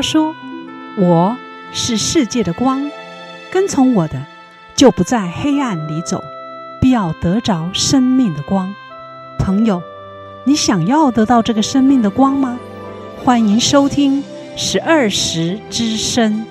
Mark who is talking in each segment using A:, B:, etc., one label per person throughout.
A: 说：“我是世界的光，跟从我的，就不在黑暗里走，必要得着生命的光。”朋友，你想要得到这个生命的光吗？欢迎收听12时之声。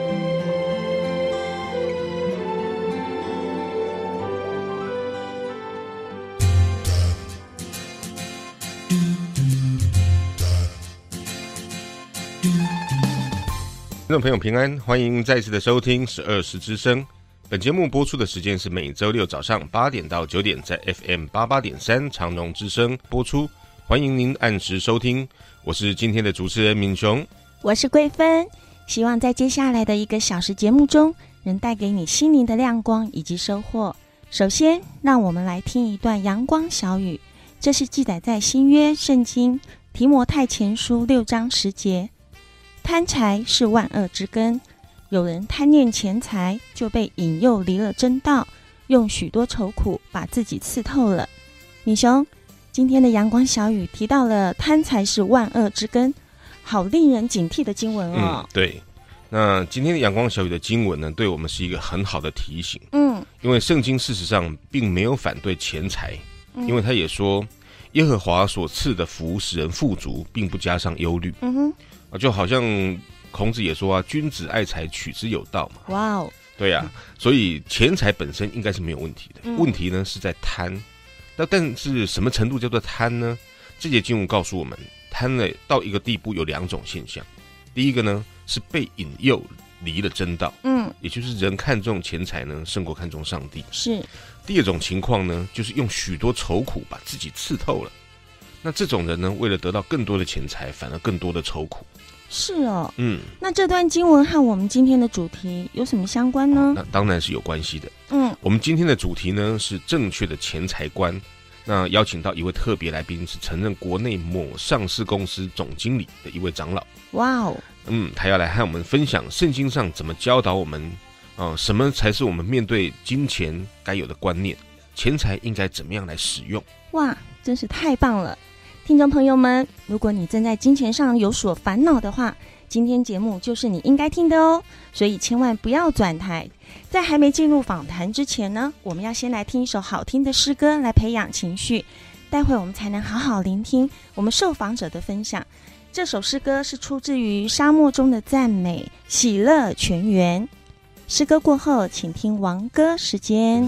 B: 听众朋友平安，欢迎再次的收听12时之声。本节目播出的时间是每周六早上8点到9点，在 FM88.3 长荣之声播出。欢迎您按时收听，我是今天的主持人敏雄，
C: 我是桂芬。希望在接下来的1个小时节目中，能带给你心灵的亮光以及收获。首先，让我们来听一段阳光小语，这是记载在新约圣经提摩太前书6章10节。贪财是万恶之根，有人贪念钱财，就被引诱离了真道，用许多愁苦把自己刺透了。米雄，今天的阳光小语提到了贪财是万恶之根，好令人警惕的经文哦。
B: 对。那今天的阳光小语的经文呢，对我们是一个很好的提醒。因为圣经事实上并没有反对钱财，因为他也说耶和华所赐的福使人富足，并不加上忧虑。就好像孔子也说啊，君子爱财，取之有道嘛。
C: 哇哦，
B: 对啊，所以钱财本身应该是没有问题的，问题呢是在贪。但是什么程度叫做贪呢？这节经文告诉我们，贪了到一个地步有2种现象。第一个呢是被引诱离了真道，也就是人看重钱财呢胜过看重上帝。
C: 是。
B: 第2种情况呢，就是用许多愁苦把自己刺透了。那这种人呢，为了得到更多的钱财，反而更多的愁苦。
C: 是哦，那这段经文和我们今天的主题有什么相关呢？
B: 那当然是有关系的。我们今天的主题呢是正确的钱财观。那邀请到一位特别来宾，是曾任国内某上市公司总经理的一位长老。
C: 哇哦，
B: 他要来和我们分享圣经上怎么教导我们，什么才是我们面对金钱该有的观念，钱财应该怎么样来使用。
C: 哇，真是太棒了！听众朋友们，如果你正在金钱上有所烦恼的话，今天节目就是你应该听的哦，所以千万不要转台。在还没进入访谈之前呢，我们要先来听一首好听的诗歌来培养情绪，待会我们才能好好聆听我们受访者的分享。这首诗歌是出自于沙漠中的赞美，喜乐泉源。诗歌过后，请听王歌时间。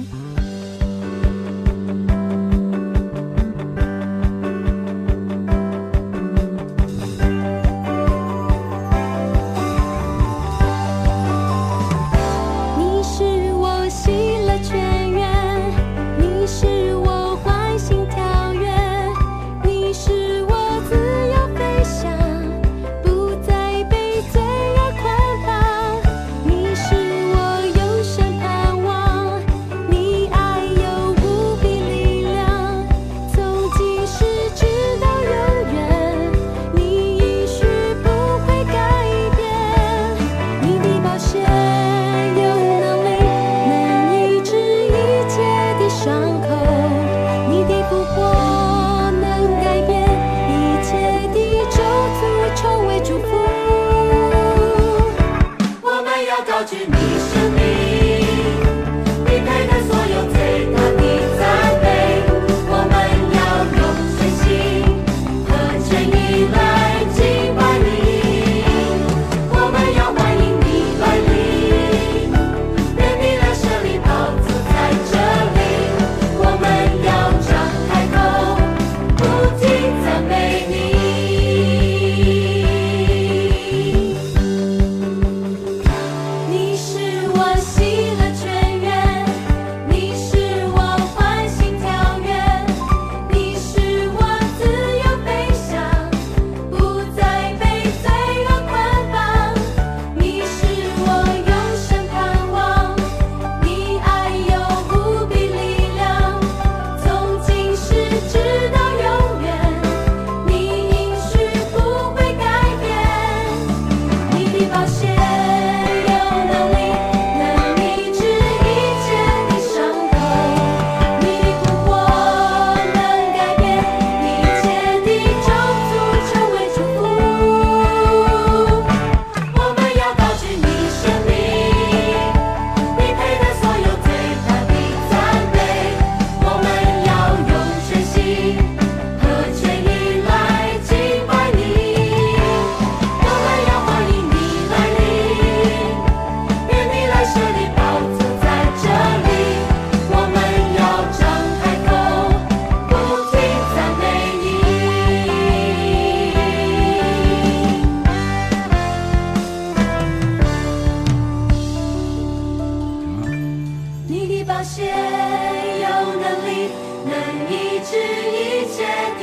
D: 你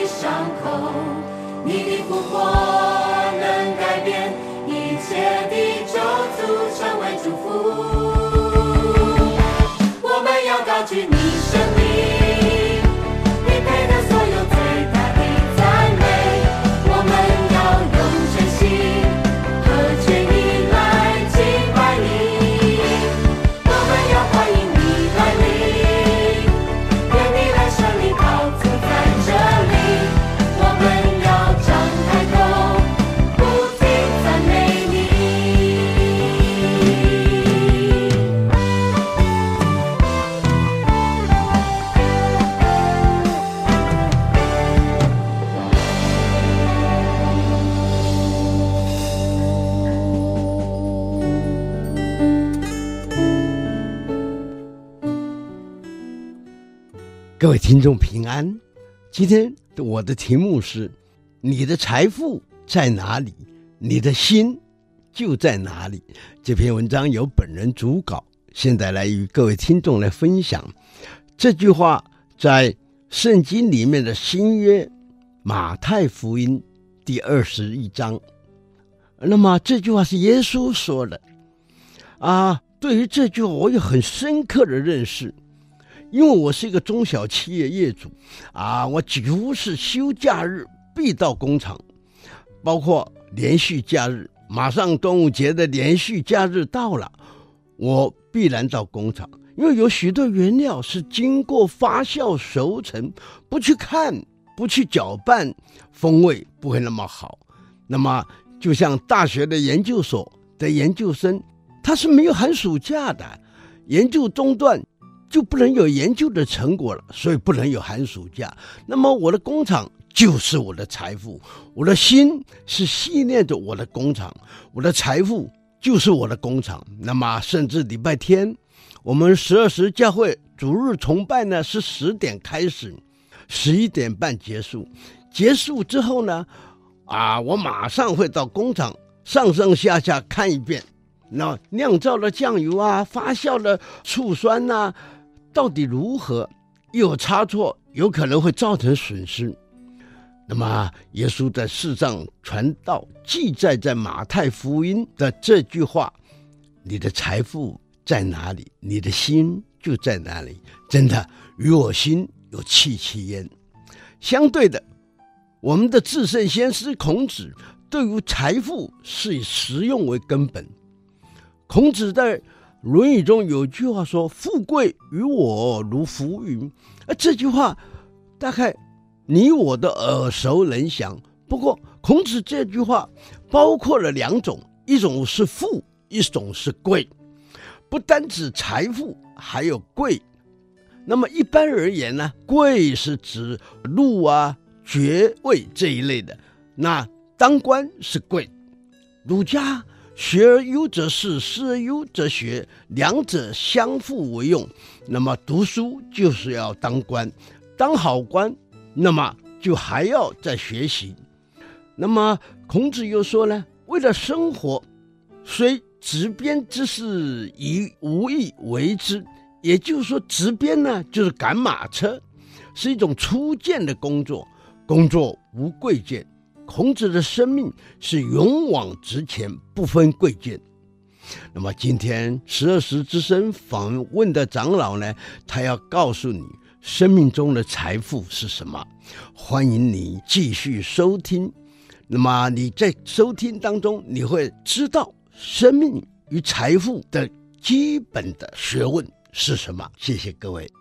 D: 的伤口，你的复活能改变一切的咒诅，成为祝福。我们要高举你生命，你配得所有最大的赞美。我们要用真心和全意来敬拜你，我们要欢迎你来临，愿你来设立宝座在这里，我们要张开口，不停赞美你。
E: 各位听众平安，今天我的题目是你的财富在哪里，你的心就在哪里。这篇文章由本人主稿，现在来与各位听众来分享。这句话在圣经里面的新约马太福音第21章，那么这句话是耶稣说的对于这句话我有很深刻的认识，因为我是一个中小企业业主我几乎是休假日必到工厂，包括连续假日，马上端午节的连续假日到了，我必然到工厂，因为有许多原料是经过发酵熟成，不去看不去搅拌，风味不会那么好。那么就像大学的研究所的研究生，他是没有寒暑假的，研究中断就不能有研究的成果了，所以不能有寒暑假。那么我的工厂就是我的财富，我的心是系念着我的工厂，我的财富就是我的工厂。那么甚至礼拜天我们12时教会主日崇拜呢是10点开始，11点半结束，结束之后呢我马上会到工厂上上下下看一遍，那酿造的酱油发酵的醋酸到底如何，有差错有可能会造成损失。那么耶稣在世上传道记载在马太福音的这句话，你的财富在哪里，你的心就在哪里，真的与我心有戚戚焉。相对的，我们的至圣先师孔子对于财富是以实用为根本。孔子在论语中有句话说，富贵于我如浮云，这句话大概你我的耳熟能详。不过孔子这句话包括了2种，一种是富，一种是贵，不单指财富，还有贵。那么一般而言呢，贵是指禄爵位这一类的，那当官是贵。儒家学而优则仕，仕而优则学，两者相互为用。那么读书就是要当官，当好官，那么就还要再学习。那么孔子又说呢，为了生活，虽执鞭之事，以无益为之。也就是说，执鞭呢就是赶马车，是一种粗贱的工作，工作无贵贱。孔子的生命是勇往直前，不分贵贱。那么今天12时之声访问的长老呢，他要告诉你生命中的财富是什么。欢迎你继续收听。那么你在收听当中，你会知道生命与财富的基本的学问是什么。谢谢各位。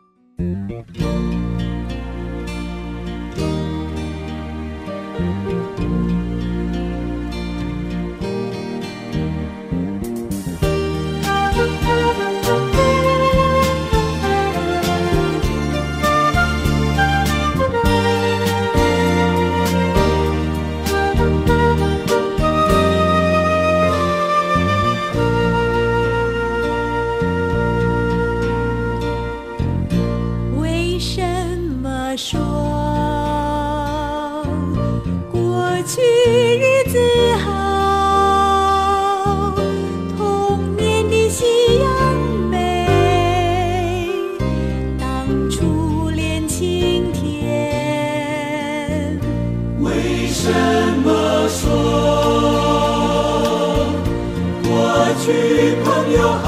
D: 为神去朋友好，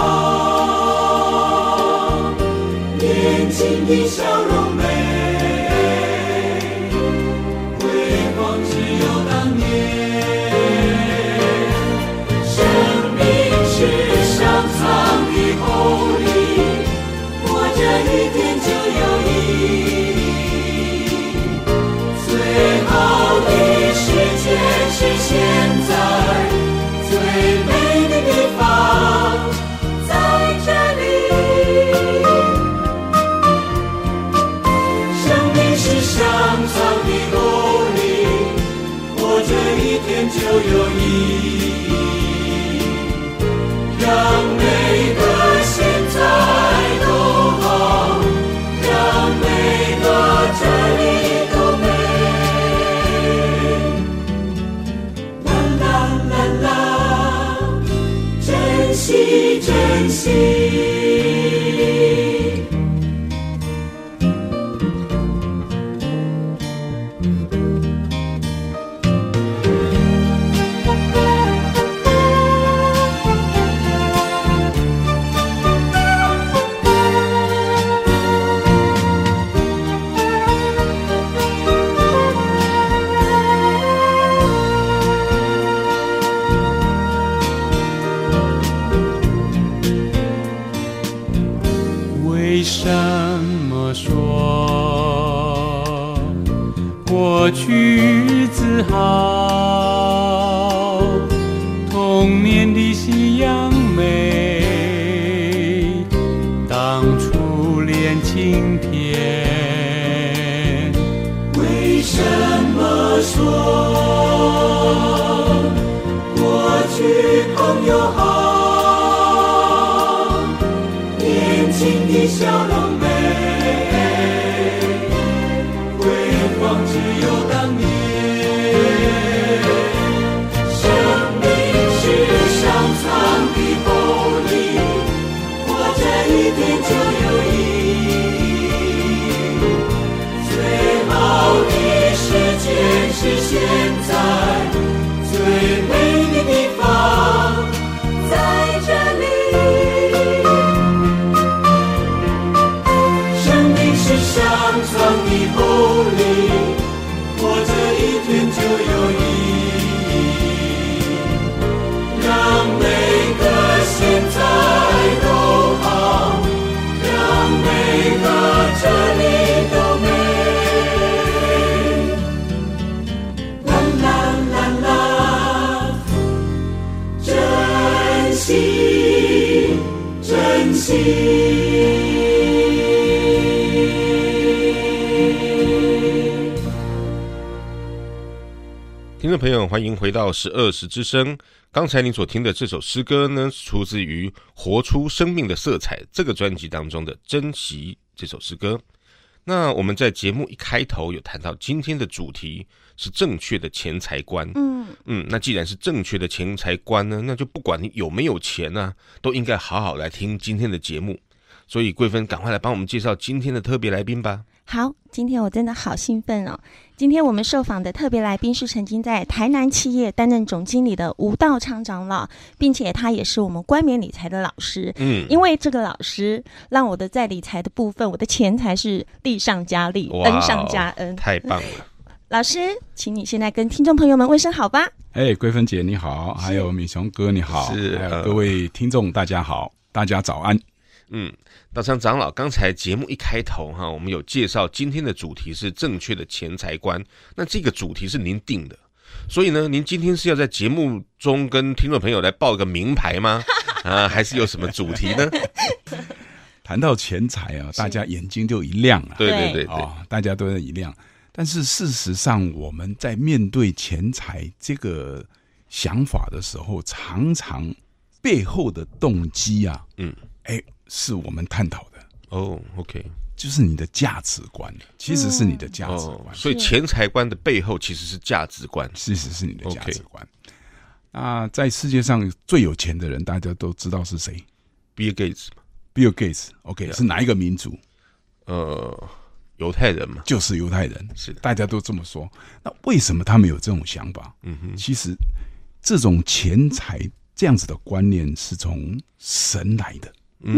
D: 年轻的笑容美，辉煌只有当年。生命是上苍的厚礼，活着一天就有意义。最好的时间是现在，最美的地方在这里。生命是上苍的厚礼，活着一天就有意义。让每个现在都好，让每个这里都美。啦啦啦啦，珍惜珍惜。为什么说过去自豪？童年的夕阳美，当初恋情甜。为什么说过去朋友好？年轻的笑容美，辉煌只有当年。生命是上苍的厚礼，活着一天就有意义。最好的时间是现在，最美的地方在这里。上苍的厚礼，活着一天就有意义。让每个现在都好，让每个这里都美。啦啦啦啦，珍惜珍惜。
B: 听众朋友，欢迎回到12时之声。刚才你所听的这首诗歌呢，出自于《活出生命的色彩》这个专辑当中的《珍惜》这首诗歌。那我们在节目一开头有谈到，今天的主题是正确的钱财观。那既然是正确的钱财观呢，那就不管你有没有钱啊，都应该好好来听今天的节目。所以桂芬，赶快来帮我们介绍今天的特别来宾吧。
C: 好，今天我真的好兴奋哦！今天我们受访的特别来宾是曾经在台南企业担任总经理的吴道昌长老，并且他也是我们冠冕理财的老师。因为这个老师让我的在理财的部分，我的钱财是利上加利，恩上加恩，
B: 太棒了！
C: 老师，请你现在跟听众朋友们问声好吧。
F: 桂芬姐你好，还有米雄哥你好，还有各位听众大家好，大家早安。
B: 道昌长老，刚才节目一开头我们有介绍今天的主题是正确的钱财观，那这个主题是您定的，所以呢，您今天是要在节目中跟听众朋友来报个名牌吗？还是有什么主题呢？
F: 谈到钱财啊，大家眼睛就一亮了。
B: 对
F: 大家都在一亮。但是事实上，我们在面对钱财这个想法的时候，常常背后的动机啊，是我们探讨的。
B: OK，
F: 就是你的价值观，其实是你的价值观。
B: 所以钱财观的背后其实是价值观，
F: 其实是你的价值观。那在世界上最有钱的人，大家都知道是谁
B: ？Bill Gates。
F: Bill Gates，OK， 是哪一个民族？
B: 犹太人嘛，
F: 就是犹太人，
B: 是的，
F: 大家都这么说。那为什么他们有这种想法？其实这种钱财这样子的观念是从神来的。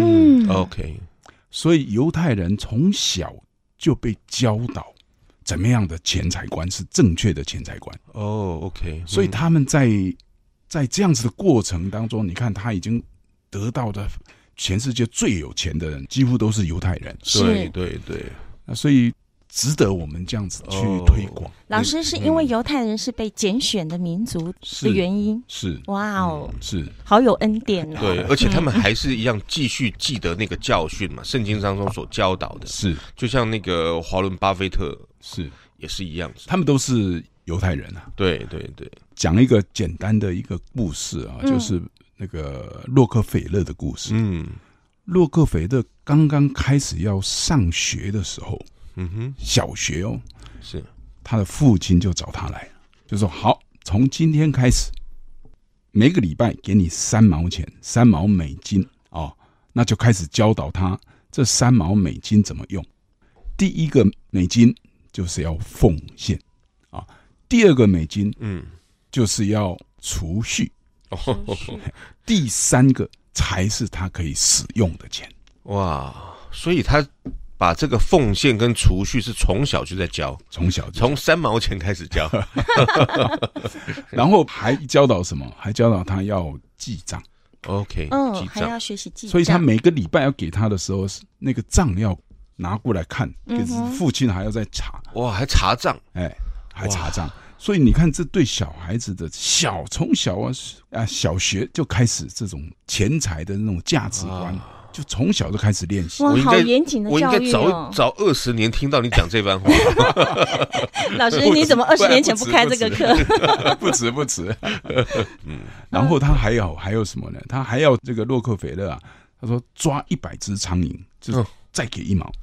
B: OK，
F: 所以犹太人从小就被教导怎么样的钱财观是正确的钱财观。
B: OK，
F: 所以他们在这样子的过程当中，你看他已经得到的全世界最有钱的人，几乎都是犹太人。
B: 对对对，
F: 所以值得我们这样子去推广。
C: 老师是因为犹太人是被拣选的民族的原因，
F: 是
C: 哇哦，
F: 是
C: 好有恩典哦。
B: 对，而且他们还是一样继续记得那个教训嘛，圣经当中所教导的，
F: 是，
B: 就像那个华伦巴菲特
F: 是
B: 也是一样，
F: 他们都是犹太人啊。
B: 对对对，
F: 讲一个简单的一个故事啊，就是那个洛克菲勒的故事。洛克菲勒刚刚开始要上学的时候，小学哦，
B: 是
F: 他的父亲就找他来，就说好，从今天开始，每个礼拜给你3毛钱，3毛美金哦，那就开始教导他这3毛美金怎么用。第一个美金就是要奉献啊，第二个美金就是要储蓄，第3个才是他可以使用的钱。
B: 哇，所以他把这个奉献跟储蓄是从小就在教，从3毛钱开始教，
F: 然后还教导什么？还教导他要记账。
B: OK，
C: 还要学习记账。
F: 所以他每个礼拜要给他的时候，那个账要拿过来看，父亲还要再查。
B: 哇，还查账，
F: 还查账。所以你看，这对小孩子的从小小学就开始这种钱财的那种价值观。就从小就开始练习。
C: 哇，好严谨的教育哦！
B: 我应该早20年听到你讲这番话。
C: 老师，你怎么20年前不开这个课？
F: 不止。然后他还有什么呢？他还要这个洛克菲勒啊，他说抓100只苍蝇，就是再给1毛。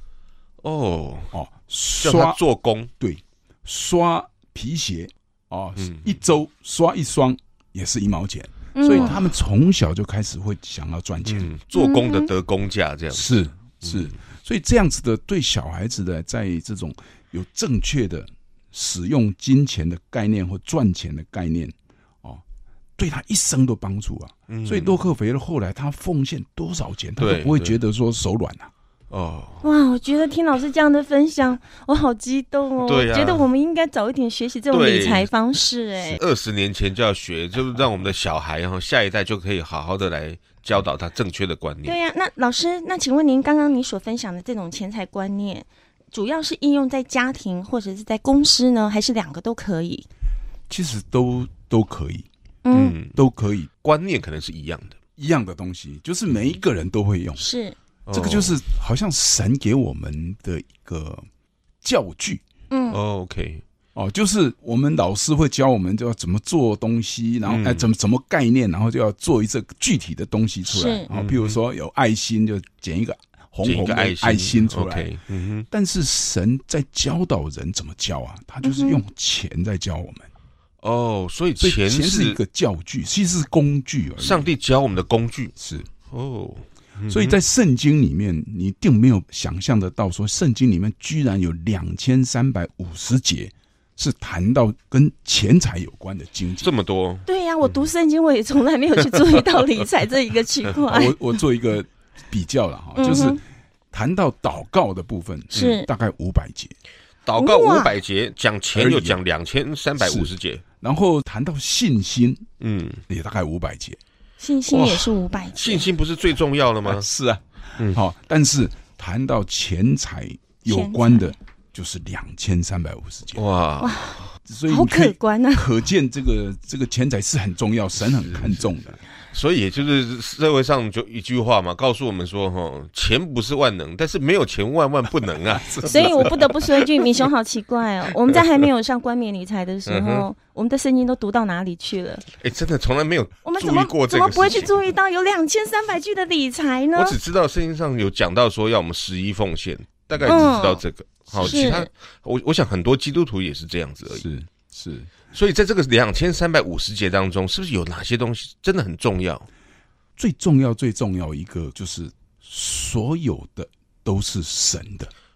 B: 刷做工，
F: 对，刷皮鞋1周刷1双也是1毛钱。所以他们从小就开始会想要赚钱，
B: 做工的得工价这样。
F: 是，所以这样子的对小孩子的在这种有正确的使用金钱的概念或赚钱的概念，对他一生都帮助啊。所以洛克菲勒后来他奉献多少钱，他都不会觉得说手软啊。
C: 哇，我觉得听老师这样的分享，我好激动哦！
B: 对啊，
C: 我觉得我们应该早一点学习这种理财方式。
B: 20年前就要学，就是让我们的小孩，然后下一代就可以好好的来教导他正确的观念。
C: 对呀，那老师，那请问您刚刚你所分享的这种钱财观念，主要是应用在家庭或者是在公司呢，还是2个都可以？
F: 其实都可以，都可以，
B: 观念可能是一样的
F: 东西，就是每一个人都会用。
C: 是。
F: 这个就是好像神给我们的一个教具。
B: OK，
F: 就是我们老师会教我们就要怎么做东西，然后怎么概念，然后就要做一个具体的东西出来。譬如说有爱心，就剪一个红红的爱心出来。但是神在教导人怎么教啊？他就是用钱在教我们。
B: 所以钱
F: 是一个教具，其实是工具而已。
B: 上帝教我们的工具
F: 是。所以在圣经里面，你一定没有想象得到，说圣经里面居然有2350节是谈到跟钱财有关的经节，
B: 这么多。
C: 对呀，我读圣经我也从来没有去注意到理财这一个区块。
F: 我做一个比较了哈，就是谈到祷告的部分是大概500节，
B: 祷告500节，讲钱又讲2350节，
F: 然后谈到信心，也大概500节。
C: 信心也是500节，
B: 信心不是最重要的吗？
F: 是啊，但是谈到钱财有关的，就是2350节。
B: 哇，
F: 所以
C: 好可观啊！
F: 可见这个钱财是很重要，神很看重的。
B: 所以也就是社会上就一句话嘛，告诉我们说，钱不是万能，但是没有钱万万不能啊。
C: 所以我不得不说一句，民雄好奇怪哦，我们在还没有上冠冕理财的时候，我们的圣经都读到哪里去了？
B: 真的从来没有
C: 我们
B: 注意过这个事情，
C: 怎么不会去注意到有2300句的理财呢？
B: 我只知道圣经上有讲到说要我们11奉献，大概只知道这个。好，其他我想很多基督徒也是这样子而已。
F: 是。
B: 所以在这个2350节当中，是不是有哪些东西真的很重要？
F: 最重要一个就是所有的都是神的。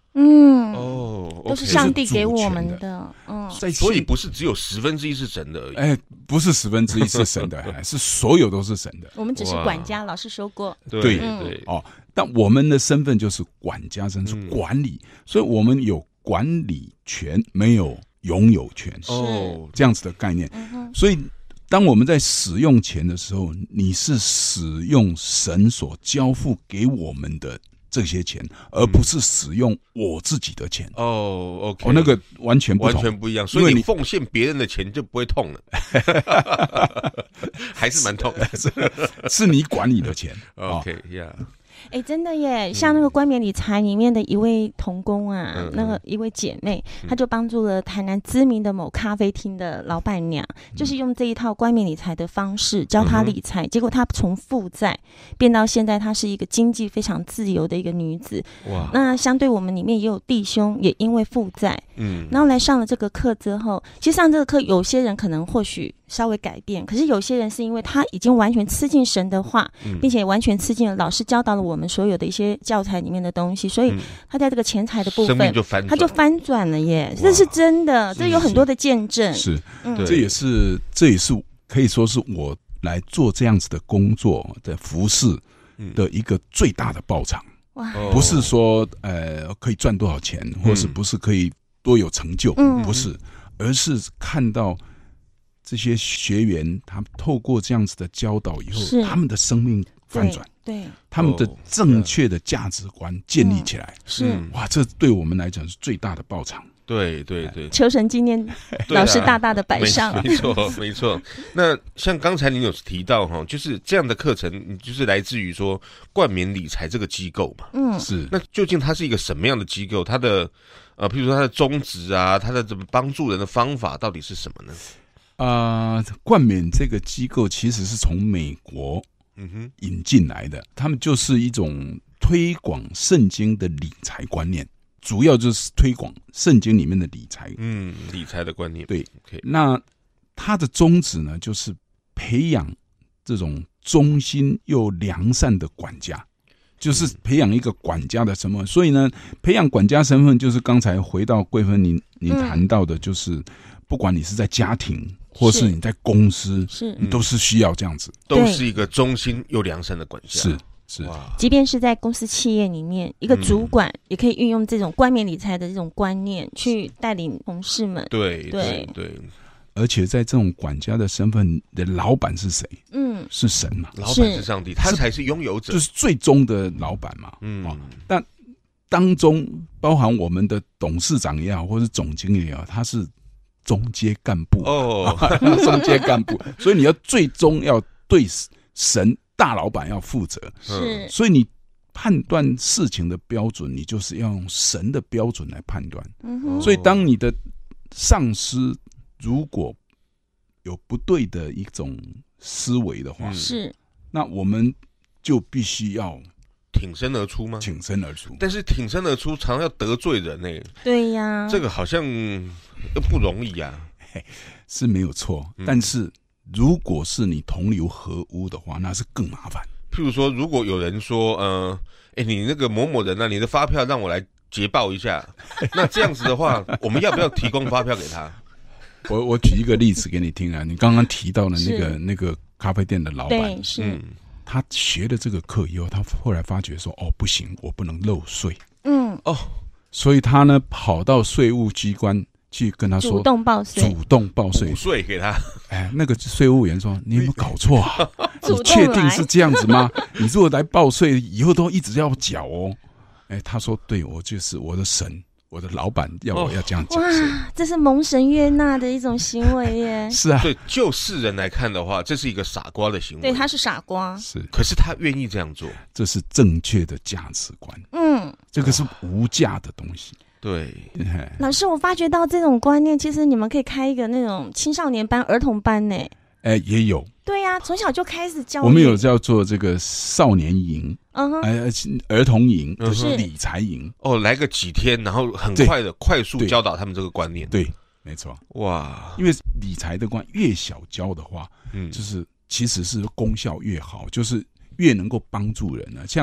C: 都是上帝给我们的。
B: 所以不是只有1/10是神的而已。
F: 不是1/10是神的，是所有都是神的。
C: 我们只是管家，老师说过。
B: 对
F: 但我们的身份就是管家身，是管理，所以我们有管理权，没有拥有权。这样子的概念。所以当我们在使用钱的时候，你是使用神所交付给我们的这些钱，而不是使用我自己的钱。
B: OK，
F: 那个完全不同，
B: 完全不一样。所以你奉献别人的钱就不会痛了，还是蛮痛的。
F: 是你管理的钱。
B: OK，
C: 真的耶！像那个冠冕理财里面的一位同工啊，那个一位姐妹，她就帮助了台南知名的某咖啡厅的老板娘，就是用这一套冠冕理财的方式教她理财，结果她从负债变到现在，她是一个经济非常自由的一个女子。那相对我们里面也有弟兄也因为负债，然后来上了这个课之后，其实上这个课有些人可能或许稍微改变，可是有些人是因为他已经完全吃进神的话，并且完全吃进了老师教导了我们所有的一些教材里面的东西，所以他在这个钱财的部分他就翻转了耶。这是真的，这有很多的见证。
F: 这也是可以说是我来做这样子的工作的服事的一个最大的报偿。不是说可以赚多少钱，或是不是可以多有成就，不是，而是看到这些学员他们透过这样子的教导以后，他们的生命翻转，
C: 对
F: 他们的正确的价值观建立起来，这对我们来讲是最大的报偿。
B: 对，
C: 求神纪念老师大大的摆上。
B: 没错。那像刚才您有提到就是这样的课程，就是来自于说冠冕理财这个机构嘛。
F: 是。
B: 那究竟它是一个什么样的机构？它的譬如说它的宗旨啊，它的怎么帮助人的方法到底是什么呢？
F: 冠冕这个机构其实是从美国引进来的，他们就是一种推广圣经的理财观念。主要就是推广圣经里面的理财，
B: 理财的观念。对，
F: 那它的宗旨呢，就是培养这种忠心又良善的管家，就是培养一个管家的身份。所以呢，培养管家身份，就是刚才回到桂芬您谈到的，就是不管你是在家庭，或是你在公司，你都是需要这样子，
B: 都是一个忠心又良善的管家。
F: 是，
C: 即便是在公司企业里面，一个主管也可以运用这种冠冕理财的这种观念去带领同事们。对。
F: 而且在这种管家的身份的老板是谁？是神嘛？
B: 老板是上帝，他才是拥有者，
F: 就是最终的老板嘛。但当中包含我们的董事长也好，或是总经理也好，他是中阶干部中阶干部，所以你要最终要对神大老板要负责。所以你判断事情的标准，你就是要用神的标准来判断。所以当你的上司如果有不对的一种思维的话，那我们就必须要
B: 挺身而出吗？
F: 挺身而出，
B: 但是挺身而出常常要得罪人
C: 对呀，
B: 这个好像又不容易啊。
F: 是没有错，但是如果是你同流合污的话，那是更麻烦。
B: 譬如说，如果有人说，你那个某某人啊，你的发票让我来捷报一下，那这样子的话，我们要不要提供发票给他？
F: 我举一个例子给你听啊，你刚刚提到的那个咖啡店的老板，他学了这个课以后，他后来发觉说，不行，我不能漏税。所以他呢跑到税务机关去跟他说，
C: 主动报税，
B: 补税给他。
F: 那个税务员说：“你有没有搞错啊？你确定是这样子吗？你如果来报税，以后都一直要缴哦。”他说：“对，我就是我的神，我的老板要我要这样讲。”
C: 哇，这是蒙神悦纳的一种行为耶。
F: 是啊，
B: 对，就世人来看的话，这是一个傻瓜的行为。
C: 对，他是傻瓜。
F: 是，
B: 可是他愿意这样做，
F: 这是正确的价值观。这个是无价的东西。
B: 对，
C: 老师，我发觉到这种观念，其实你们可以开一个那种青少年班、儿童班呢。
F: 也有。
C: 对呀，从小就开始教育。
F: 我们有叫做这个少年营，儿童营，就是理财营。
B: 来个几天，然后很快速教导他们这个观念。
F: 对，没错。哇，因为理财的观越小教的话，就是其实是功效越好，就是越能够帮助人啊。像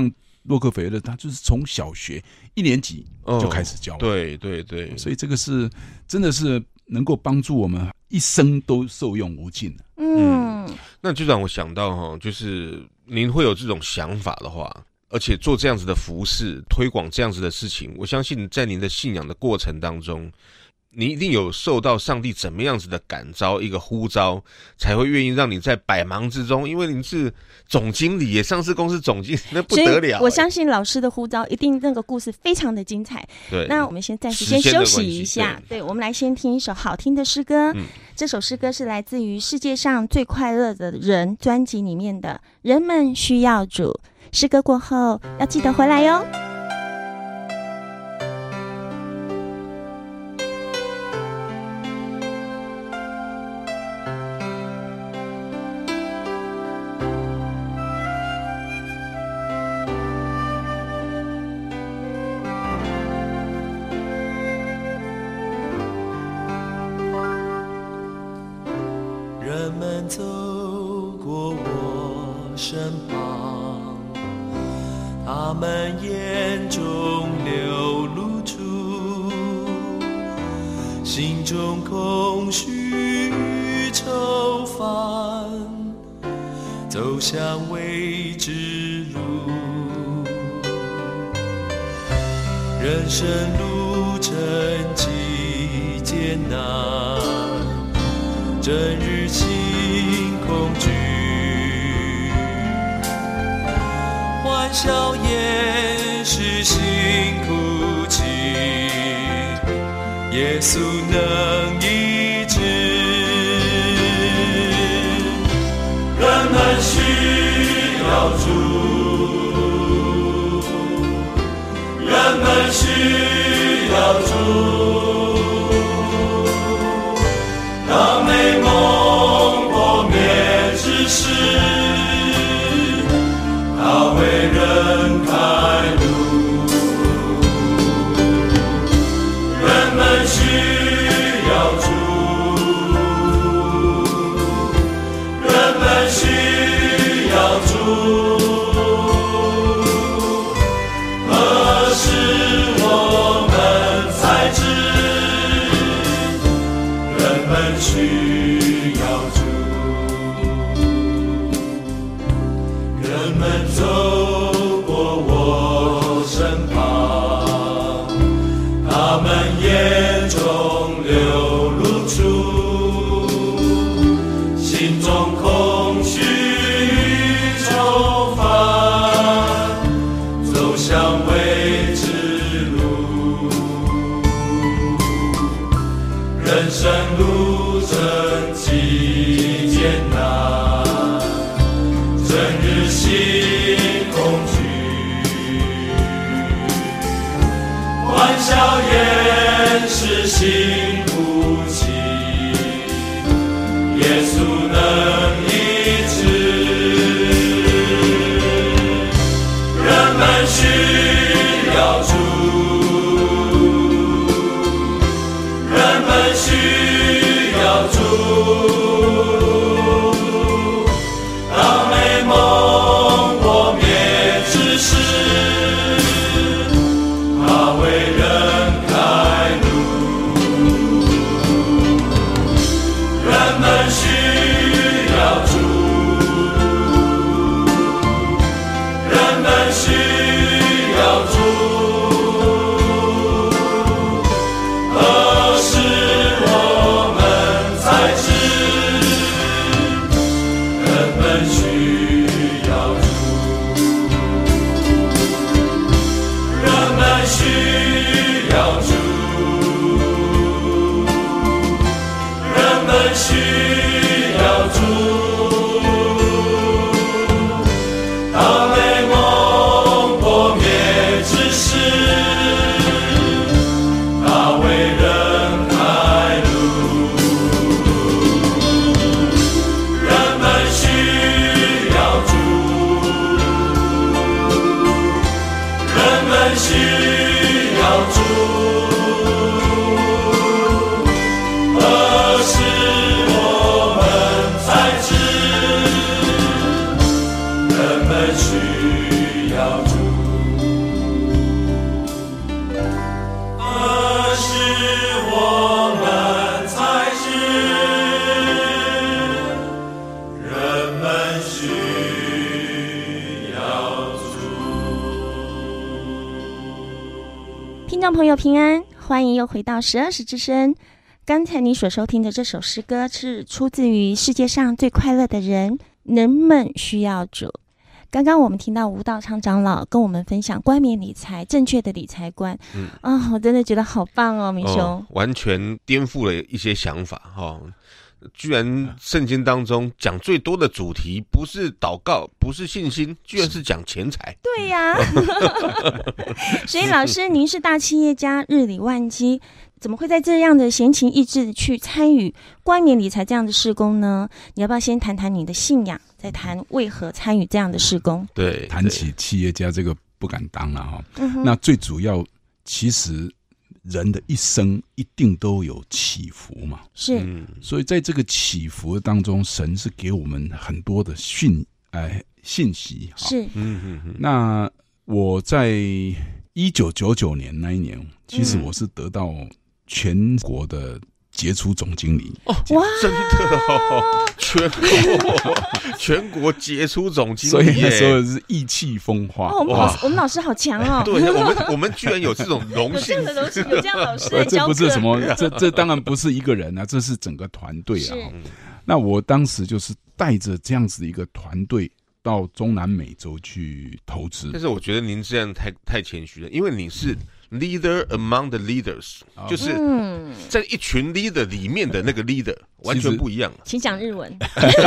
F: 洛克菲勒他就是从小学1年级就开始教，
B: 对对对，
F: 所以这个是真的是能够帮助我们一生都受用无尽的。
B: 那就让我想到就是您会有这种想法的话，而且做这样子的服事，推广这样子的事情，我相信在您的信仰的过程当中，你一定有受到上帝怎么样子的感召，一个呼召，才会愿意让你在百忙之中，因为您是总经理耶，上市公司总经理，那不得了。
C: 我相信老师的呼召一定那个故事非常的精彩。
B: 对，
C: 那我们暂时先休息一下。对，我们来先听一首好听的诗歌。这首诗歌是来自于《世界上最快乐的人》专辑里面的《人们需要主》。诗歌过后要记得回来哟。
G: 人们走过我身旁，他们眼中流露出心中空虚与愁烦，走向未知路。人生路程极艰难，整日心恐惧，欢笑也是辛苦泣，耶稣能医治。人们需要主，人们需要主，当美梦破灭之时，他为人开路。人们需要主，人们需要主，何时我们才知人们需要主。人们走过我身旁，他们眼中流露出心中空虚与愁烦，走向未知路。人生路程极艰难，整日心恐惧，欢笑也是辛苦泣，耶稣能医治。人们需要主，人们需要主，当美梦破灭之时，他为人开路。人们需要主，人们需要主，何时我们才知人们需要主，人们需要主，人们需要主，当美梦破灭之时，他为人开路。人们需要主，人们需要主，何时我们才知人们需要主。
C: 听众朋友平安，欢迎又回到12时之声。刚才你所收听的这首诗歌是出自于世界上最快乐的人，人们需要主。刚刚我们听到吴道昌长老跟我们分享冠冕理财正确的理财观，我真的觉得好棒哦，明兄，
B: 完全颠覆了一些想法居然圣经当中讲最多的主题不是祷告，不是信心，居然是讲钱财。
C: 对呀，所以老师您是大企业家，日理万机，怎么会在这样的闲情逸致去参与冠冕理财这样的事工呢？你要不要先谈谈你的信仰，再谈为何参与这样的事工？
B: 对，
F: 谈起企业家这个不敢当了那最主要其实人的一生一定都有起伏嘛，
C: 是，
F: 所以在这个起伏当中，神是给我们很多的信息。
C: 是，
F: 那我在1999年那一年，其实我是得到全国的杰出总经理。
B: 哇，真的全国杰出总经理，
F: 所以那时候是意气风发。
C: 我们老师好强哦！
B: 对，我们居然有这种荣幸，
C: 有这样老师来教课。
F: 这不是什么，这当然不是一个人啊，这是整个团队啊。那我当时就是带着这样子的一个团队到中南美洲去投资。
B: 但是我觉得您这样太谦虚了，因为你是leader among the leaders，就是在一群 leader 里面的那个 leader，完全不一样。
C: 请讲日文。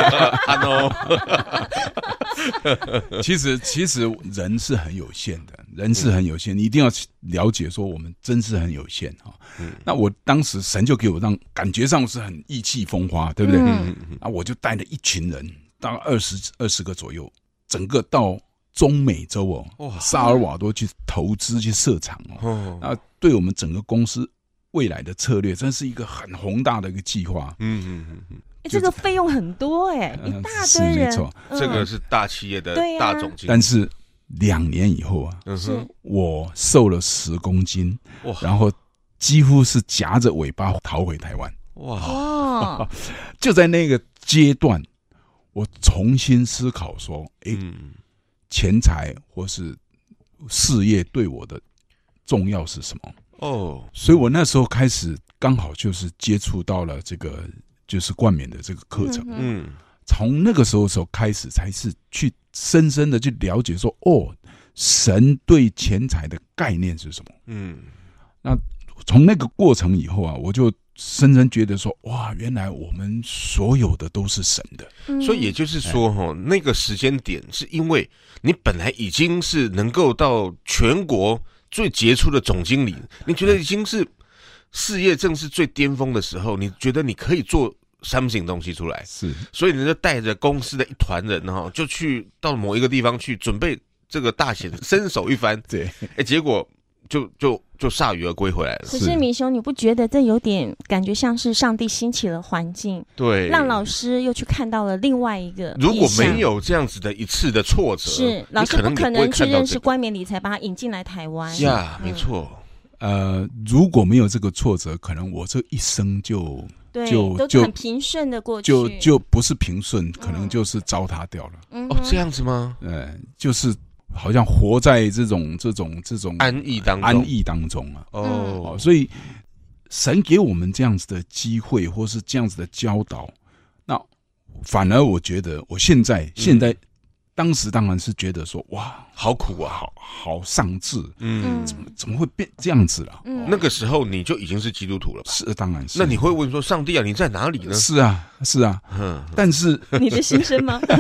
F: 其实人是很有限的，你一定要了解说我们真是很有限那我当时神就给我感觉上是很意气风发，对不对？我就带了一群人，大概20个左右，整个到中美洲萨尔瓦多去投资去设厂那对我们整个公司未来的策略，真是一个很宏大的一个计划。
C: 这个费用很多一大堆人，
F: 没错，
B: 这个是大企业的大总经理。
F: 但是2年以后我瘦了10公斤，然后几乎是夹着尾巴逃回台湾。哇！就在那个阶段，我重新思考说，钱财或是事业对我的重要是什么？所以我那时候开始刚好就是接触到了这个就是冠冕的这个课程。从那个时候开始，才是去深深的去了解说，神对钱财的概念是什么？那从那个过程以后我就深深觉得说，哇，原来我们所有的都是神的。
B: 所以也就是说那个时间点是因为你本来已经是能够到全国最杰出的总经理，你觉得已经是事业正是最巅峰的时候，你觉得你可以做 something 东西出来，是，所以你就带着公司的一团人就去到某一个地方去准备这个大显身手一番，对，结果就铩羽而归回来了。
C: 可是米兄，你不觉得这有点感觉像是上帝兴起了环境，对，让老师又去看到了另外一个？
B: 如果没有这样子的一次的挫折，
C: 是老师不可能去认识冠冕理财，把它引进来台湾
B: 呀，没错。
F: 如果没有这个挫折，可能我这一生就
C: 很平顺的过去，
F: 就不是平顺，可能就是糟蹋掉了。
B: 这样子吗？
F: 就是好像活在这种
B: 安逸
F: 当中啊。所以神给我们这样子的机会，或是这样子的教导，那反而我觉得我现在当时当然是觉得说，哇，
B: 好苦啊，
F: 好丧志，怎么会变这样子了？
B: 那个时候你就已经是基督徒了吧？
F: 是，当然是。
B: 那你会问说，上帝啊，你在哪里呢？
F: 是啊，但是
C: 你的心声吗？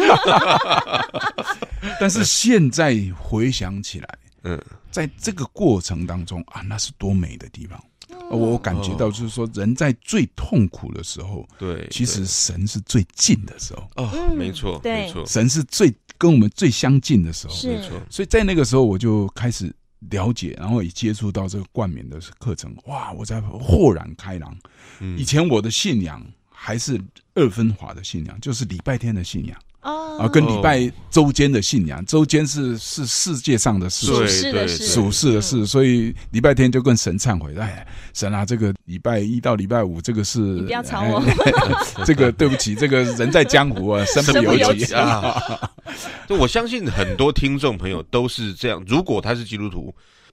F: 但是现在回想起来，在这个过程当中那是多美的地方。我感觉到就是说，人在最痛苦的时候，对，其实神是最近的时候。
B: 没错，没错，
F: 神是跟我们最相近的时候。
B: 没错。
F: 所以在那个时候，我就开始了解，然后也接触到这个冠冕的课程。哇，我才豁然开朗。以前我的信仰还是二分法的信仰，就是礼拜天的信仰。跟礼拜周间的信仰，周间是世界上的事，属世的事，所以礼拜天就跟神忏悔，神啊，这个礼拜一到礼拜五这个是你
C: 不要吵我，
F: 这个对不起，这个人在江湖身不由己啊。
B: 我相信很多听众朋友都是这样，如果他是基督徒，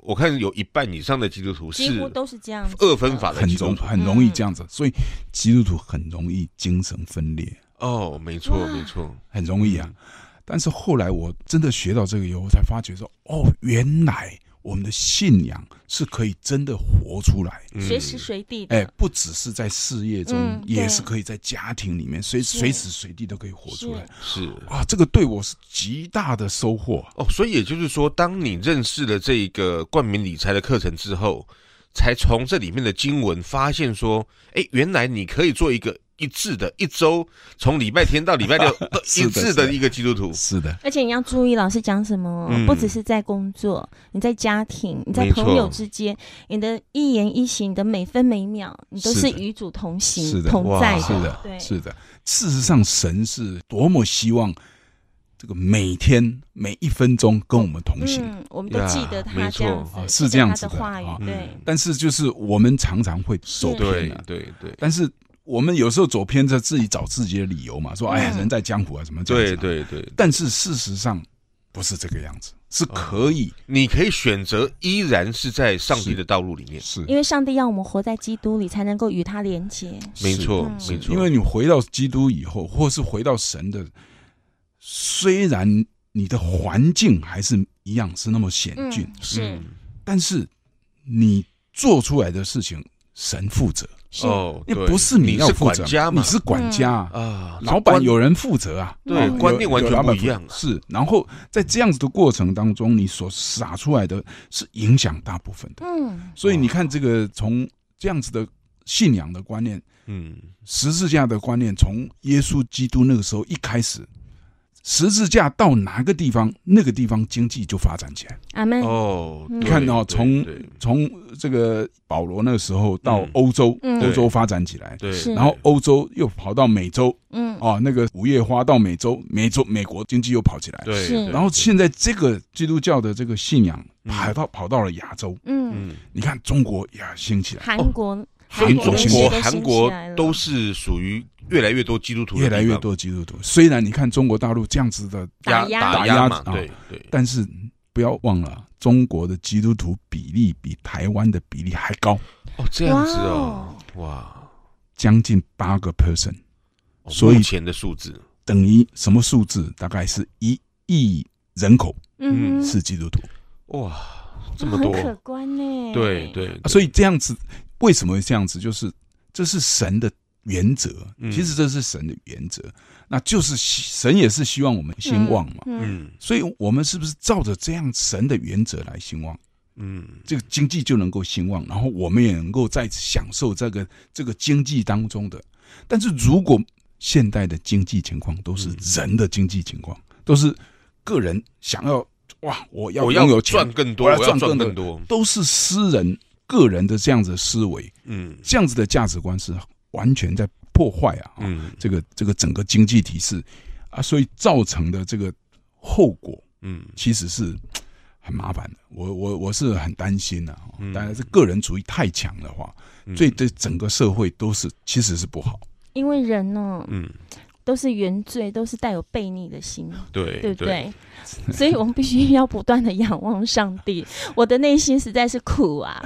B: 我看有一半以上的基督徒是
C: 几乎都是这样子，
B: 二分法的基督徒。
F: 很容易这样子，所以基督徒很容易精神分裂。
B: 哦，没错没错，
F: 很容易啊。但是后来我真的学到这个以后，我才发觉说，原来我们的信仰是可以真的活出来，
C: 随时随地的，
F: 不只是在事业中，也是可以在家庭里面，随时随地都可以活出来。
B: 是
F: 啊，这个对我是极大的收获
B: 哦。所以也就是说，当你认识了这个冠冕理财的课程之后，才从这里面的经文发现说，原来你可以做一个一致的一周，从礼拜天到礼拜六一致的一个基督徒。
F: 是的，
C: 而且你要注意老师讲什么，不只是在工作，你在家庭，你在朋友之间，你的一言一行，你的每分每秒，你都是与主同行同在的。
F: 对，是的。事实上，神是多么希望这个每天每一分钟跟我们同行，
C: 我们都记得他这样子，
F: 是这样子
C: 的话语，对。
F: 但是就是我们常常会走偏了，
B: 对。
F: 但是我们有时候走偏，在自己找自己的理由嘛，说人在江湖啊什么这样子。
B: 对。
F: 但是事实上不是这个样子，是可以，
B: 你可以选择依然是在上帝的道路里面，
F: 是
C: 因为上帝要我们活在基督里，才能够与他连结。
B: 没错，没错。
F: 因为你回到基督以后，或是回到神的，虽然你的环境还是一样是那么险峻，
C: 是，
F: 但是你做出来的事情，神负责。
B: 对，
F: 不是你要负责，
B: 你是管家嘛，
F: 啊，老板有人负责啊，
B: 对，观念完全不一样。
F: 是，然后在这样子的过程当中，你所撒出来的是影响大部分的。所以你看这个从这样子的信仰的观念，十字架的观念，从耶稣基督那个时候一开始。十字架到哪个地方，那个地方经济就发展起来。
C: 阿们。
F: 你看从这个保罗那个时候到欧洲，欧洲发展起来，然后欧洲又跑到美洲，那个五叶花到美洲，美国经济又跑起来，然后现在这个基督教的这个信仰跑到了亚洲，你看中国也兴起来，
B: 韩国都是属于越来越多基督徒，
F: 越来越多基督徒。虽然你看中国大陆这样子的
B: 打压嘛，对，
F: 但是不要忘了，中国的基督徒比例比台湾的比例还高。
B: 这样子哇，
F: 将近8%，所以
B: 目前的数字
F: 等于什么数字？大概是1亿人口，是基督徒。
B: 哇，这么多，
C: 很可观呢。
B: 对，
F: 所以这样子。为什么会这样子？就是这是神的原则，其实这是神的原则，那就是神也是希望我们兴旺嘛，所以我们是不是照着这样神的原则来兴旺？这个经济就能够兴旺，然后我们也能够在享受这个经济当中的。但是如果现代的经济情况都是人的经济情况，都是个人想要我要拥有钱，
B: 赚更多，我要赚更多，
F: 都是私人。个人的这样子的思维，这样子的价值观是完全在破坏这个整个经济体制啊，所以造成的这个后果，其实是很麻烦的。我是很担心的，当然是个人主义太强的话，对整个社会其实是不好。
C: 因为人呢，都是原罪，都是带有悖逆的心，对不对？所以我们必须要不断的仰望上帝。我的内心实在是苦啊，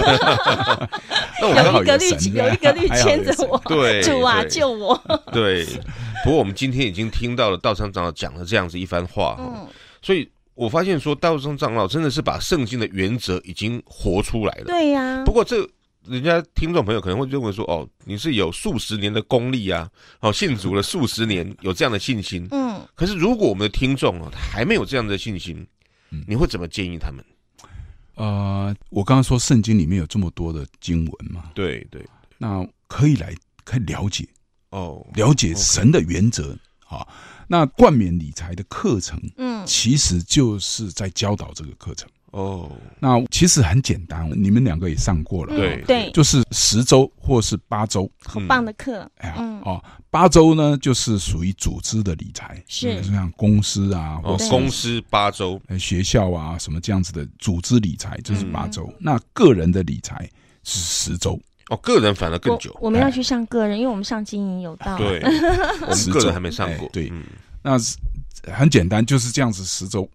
C: 有一个律牵着我，主啊救我。
B: 对，不过我们今天已经听到了道上长老讲了这样子一番话，所以我发现说道上长老真的是把圣经的原则已经活出来了。
C: 对呀，
B: 不过人家听众朋友可能会认为说，你是有数十年的功力啊，信主了数十年，有这样的信心。可是如果我们的听众还没有这样的信心，你会怎么建议他们？
F: 我刚刚说圣经里面有这么多的经文嘛，
B: 对，
F: 那可以了解了解神的原则那冠冕理财的课程，其实就是在教导这个课程。那其实很简单，你们两个也上过了，
C: 对，
F: 就是10周或是8周，
C: 好棒的课。
F: 8周呢，就是属于组织的理财，
C: 是
F: 像公司啊，或
B: 公司8周，
F: 学校啊，什么这样子的组织理财，就是8周。那个人的理财是10周。
B: 个人反而更久。
C: 我们要去上个人，因为我们上经营有道。
B: 对，我们个人还没上过。
F: 对，那很简单，就是这样子10周。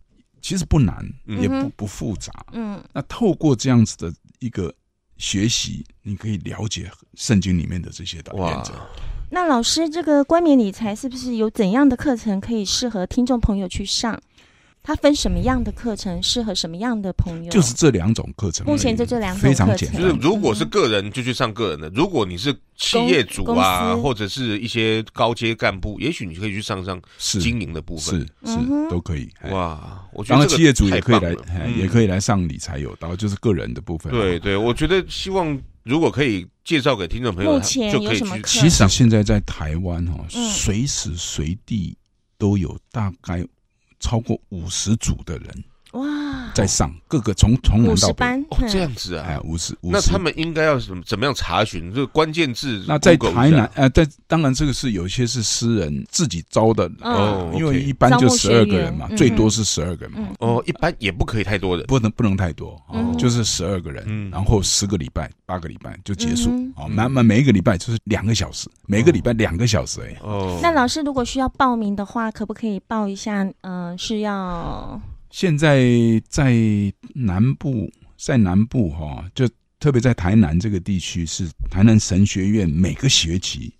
F: 其实不难，也不复杂。那透过这样子的一个学习，你可以了解圣经里面的这些的原则。
C: 那老师，这个冠冕理财是不是有怎样的课程可以适合听众朋友去上？它分什么样的课程适合什么样的朋友？
F: 就是这2种课程，
C: 目前这2种课程
F: 非常简单。
B: 就是如果是个人就去上个人的，如果你是企业主啊，或者是一些高阶干部，也许你可以去上经营的部分，
F: 是都可以。
B: 哇，我觉得这个
F: 企业主也可以来，也可以来上理财有道，就是个人的部分。
B: 对，我觉得希望如果可以介绍给听众朋友，
C: 目前有什么课？
F: 其实现在在台湾随时随地都有大概超过50组的人在上各个从南到北
B: 这样子啊
F: ，50。
B: 那他们应该要怎么样查询这个关键字？
F: 那在台南当然这个是有一些是私人自己招的因为一般就12个人嘛，最多是12个人嘛。
B: 一般也不可以太多人，
F: 不能太多就是12个人，然后10个礼拜、8个礼拜就结束每一个礼拜就是2个小时，每个礼拜2个小时而已。
C: 那老师如果需要报名的话，可不可以报一下？是要
F: 现在在南部就特别在台南这个地区，是台南神学院每个学期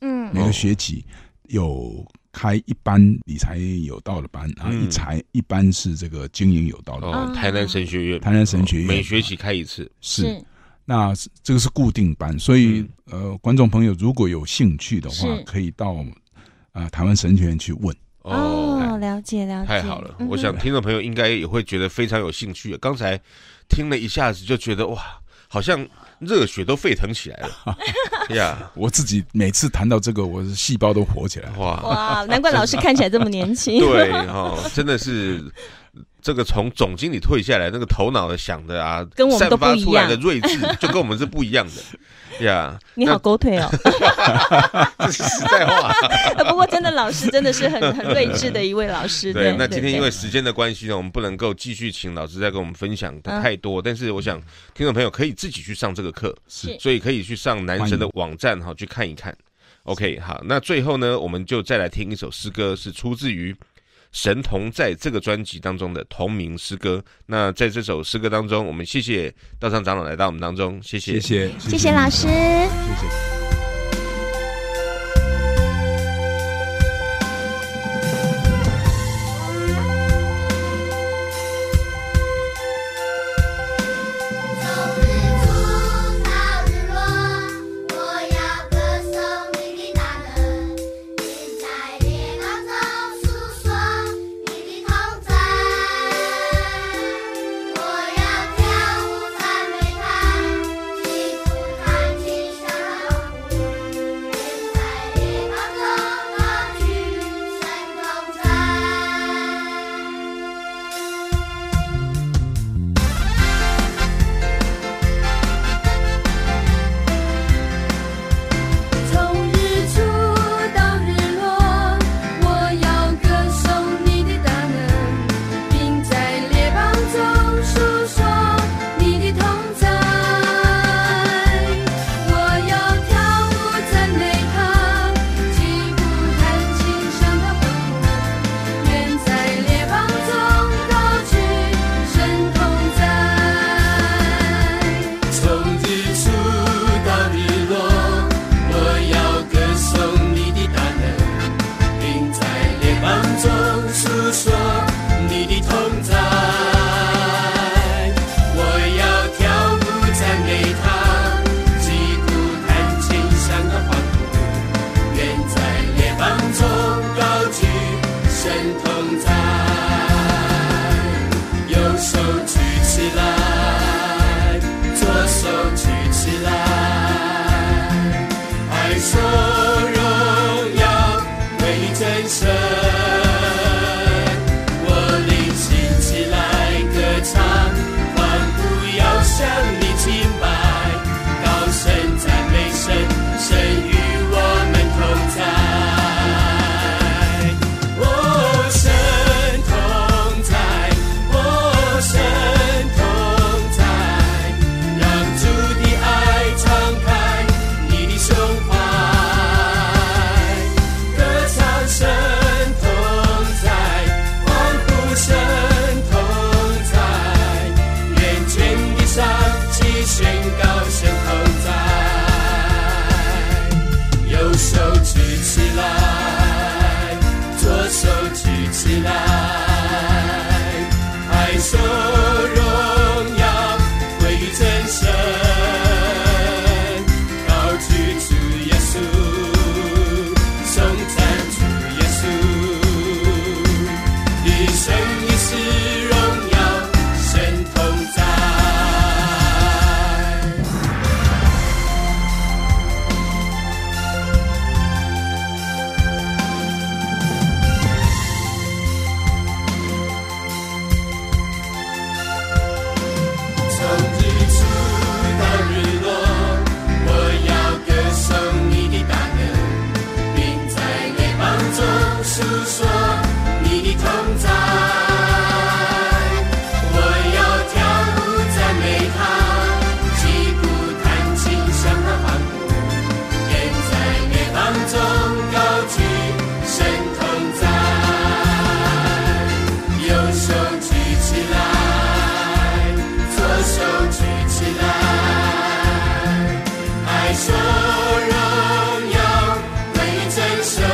F: 有开一班理财有道的班一班是这个经营有道的班。
B: 台南神学院每学期开一次。
F: 是那这个是固定班，所以观众朋友如果有兴趣的话，可以到台湾神学院去问。
C: 了解，
B: 太好了！我想听众朋友应该也会觉得非常有兴趣。刚才听了一下子就觉得哇，好像热血都沸腾起来了呀！
F: 我自己每次谈到这个，我的细胞都活起来了。
C: 哇，难怪老师看起来这么年轻。
B: 对真的是这个从总经理退下来，那个头脑的想的啊，
C: 跟我们都不一样，
B: 散发出来的睿智就跟我们是不一样的。
C: 你好狗腿
B: 这是实在话。
C: 不过真的老师真的是很睿智的一位老师。
B: 对，那今天因为时间的关系呢，我们不能够继续请老师再跟我们分享太多，但是我想听众朋友可以自己去上这个课，所以可以去上男神的网站去看一看。OK， 好，那最后呢，我们就再来听一首诗歌，是出自于神同在这个专辑当中的同名诗歌。那在这首诗歌当中，我们谢谢道上长老来到我们当中，谢谢
C: 老师，
F: 谢谢。
G: 所荣耀归于真神，高举主耶稣，颂赞主耶稣，一生一世荣耀神同在。诉说你的同在，我要跳舞赞美他，击鼓弹琴向他欢呼，愿在列邦中高举神同在，右手举起来，左手举起来，爱说荣耀归于真神。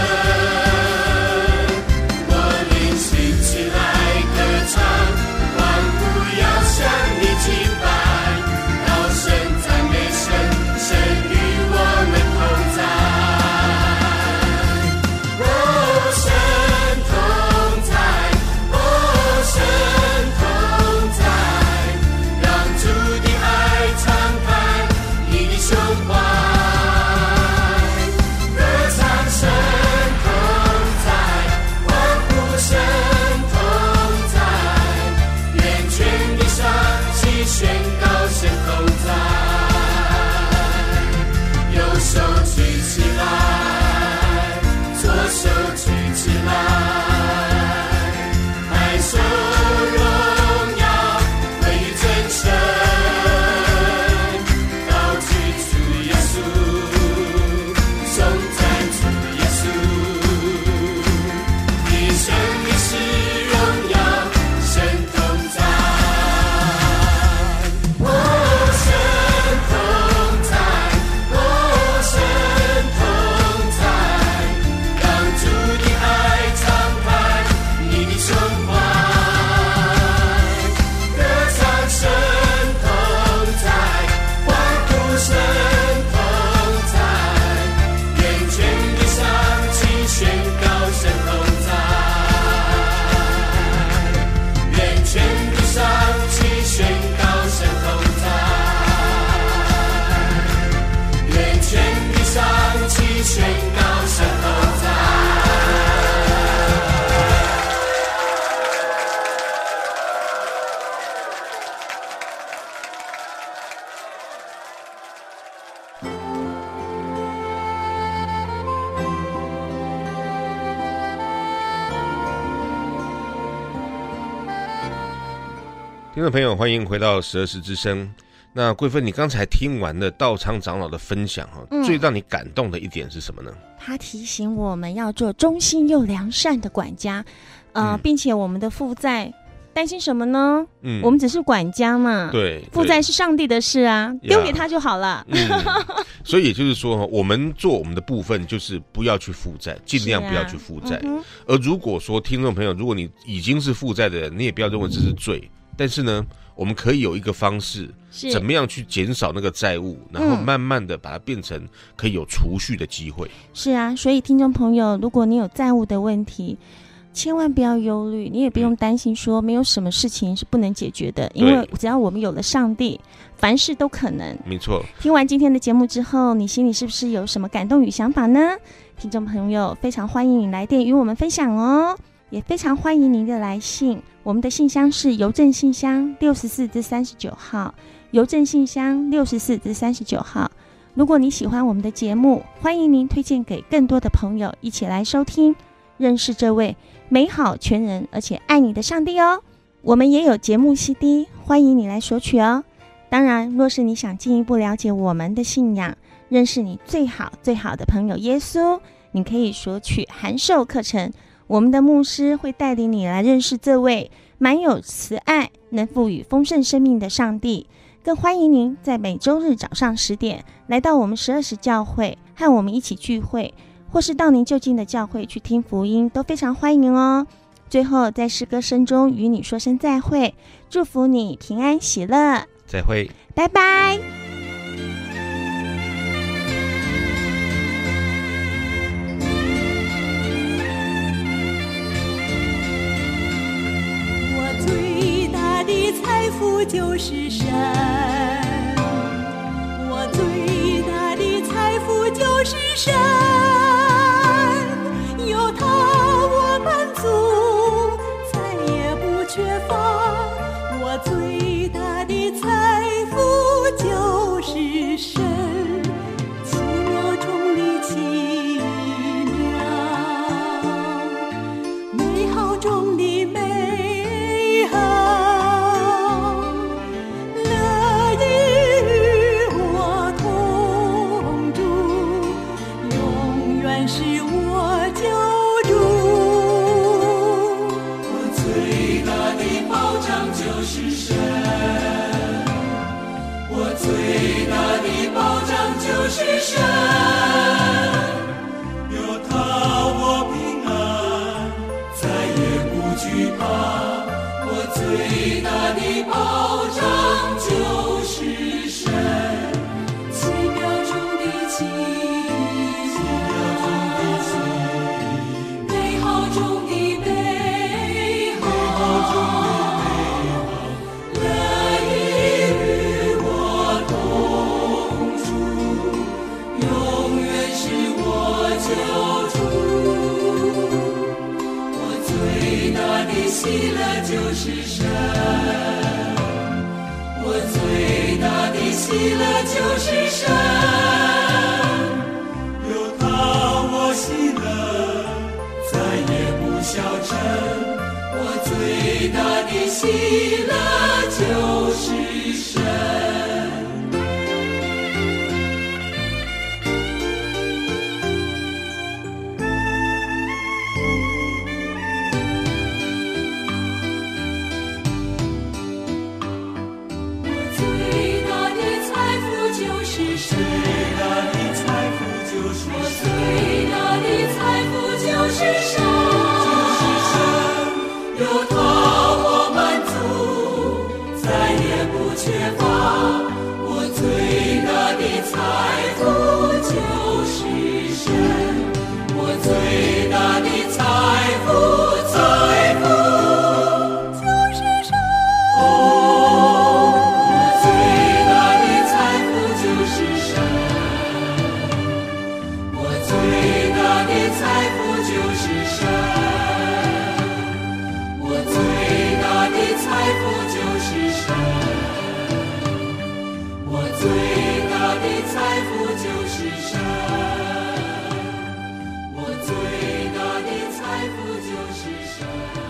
B: 听众朋友，欢迎回到12时之声。那桂芬，你刚才听完了道昌长老的分享，最让你感动的一点是什么呢？
C: 他提醒我们要做忠心又良善的管家，并且我们的负债担心什么呢？我们只是管家嘛，
B: 对，
C: 负债是上帝的事啊，丢给他就好了。
B: 所以也就是说，我们做我们的部分，就是不要去负债，尽量不要去负债。而如果说听众朋友，如果你已经是负债的人，你也不要认为这是罪。但是呢，我们可以有一个方式，怎么样去减少那个债务，然后慢慢的把它变成可以有储蓄的机会。
C: 是啊，所以听众朋友，如果你有债务的问题，千万不要忧虑，你也不用担心说没有什么事情是不能解决的，因为只要我们有了上帝，凡事都可能。
B: 没错。听
C: 完今天的节目之后，你心里是不是有什么感动与想法呢？听众朋友，非常欢迎你来电与我们分享哦，也非常欢迎您的来信。我们的信箱是邮政信箱64-39号，邮政信箱64-39号。如果你喜欢我们的节目，欢迎您推荐给更多的朋友一起来收听，认识这位美好全人而且爱你的上帝哦。我们也有节目 CD， 欢迎你来索取哦。当然，若是你想进一步了解我们的信仰，认识你最好最好的朋友耶稣，你可以索取函授课程，我们的牧师会带领你来认识这位满有慈爱、能赋予丰盛生命的上帝。更欢迎您在每周日早上10点来到我们12时教会，和我们一起聚会，或是到您就近的教会去听福音，都非常欢迎哦。 最后在诗歌声中与你说声再会，祝福你平安喜乐，
B: 再会，
C: 拜拜。
D: 我最大的财富就是神，我最大的财富就是神，有他我满足，再也不缺乏。我最大的财富就是神，奇妙中的奇妙，美好中的美好，乐意与我同住，永远是我救主。
G: 我最大的保障就是神，我最大的保障就是神，有他我平安，再也不惧怕。我最大的保障就是神，奇妙中的奇妙，美好中的美好，乐意与我同住，永远是我救主。我最大的喜乐就是神，我最大的喜乐就是神，有他我喜乐，再也不消沉。我最大的喜乐就是神。我最大的财富就是神，我最大的财富就是神，有他我满足，再也不缺乏。我最大的财富就是神，我最大的财富就是神。我最大的财富就是神，我最大的财富就是神，我最大的财富就是神，我最大的财富就是神，我最大的财富就是神，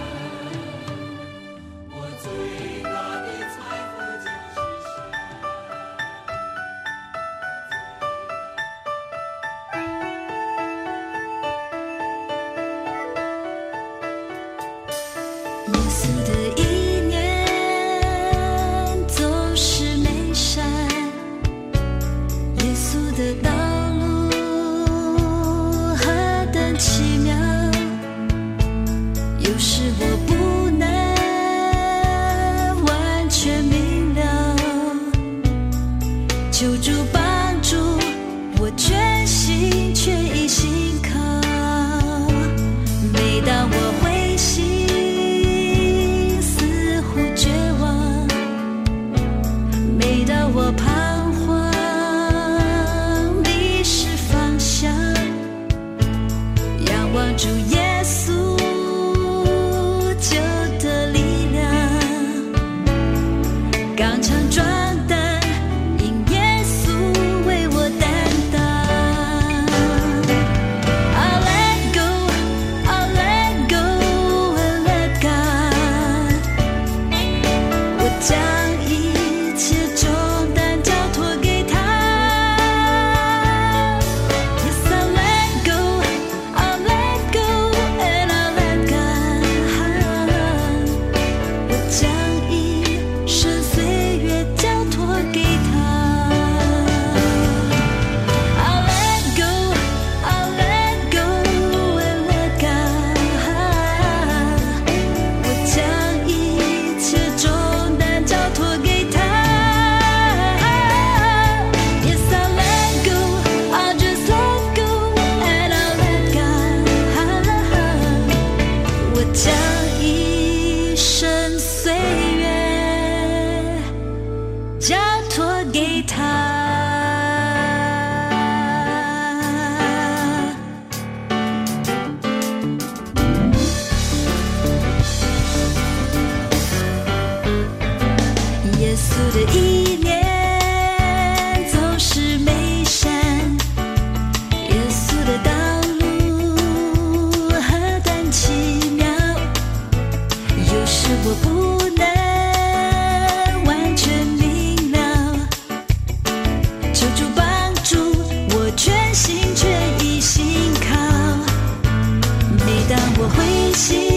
G: 我最大的财富就是神。
H: 耶稣的意念总是美善，耶稣的道路何等奇妙，有时我不能完全明了，求主帮助我全心全意信靠，每当我灰心似乎绝望，每当我彷徨迷失方向，仰望主耶稣救的力量，刚强壮胆，因耶稣为我担当。I'll let go, I'll let go and let God。我将一切重担交托给他。Yes, I'll let go, I'll let go and I'll let God。我将一生岁月交托给他。I'll let go, I'll let go and let God。 稣的意念总是美善，耶稣的道路何等奇妙，有时我不能完全明了，求主帮助我全心全意信靠。每当我灰心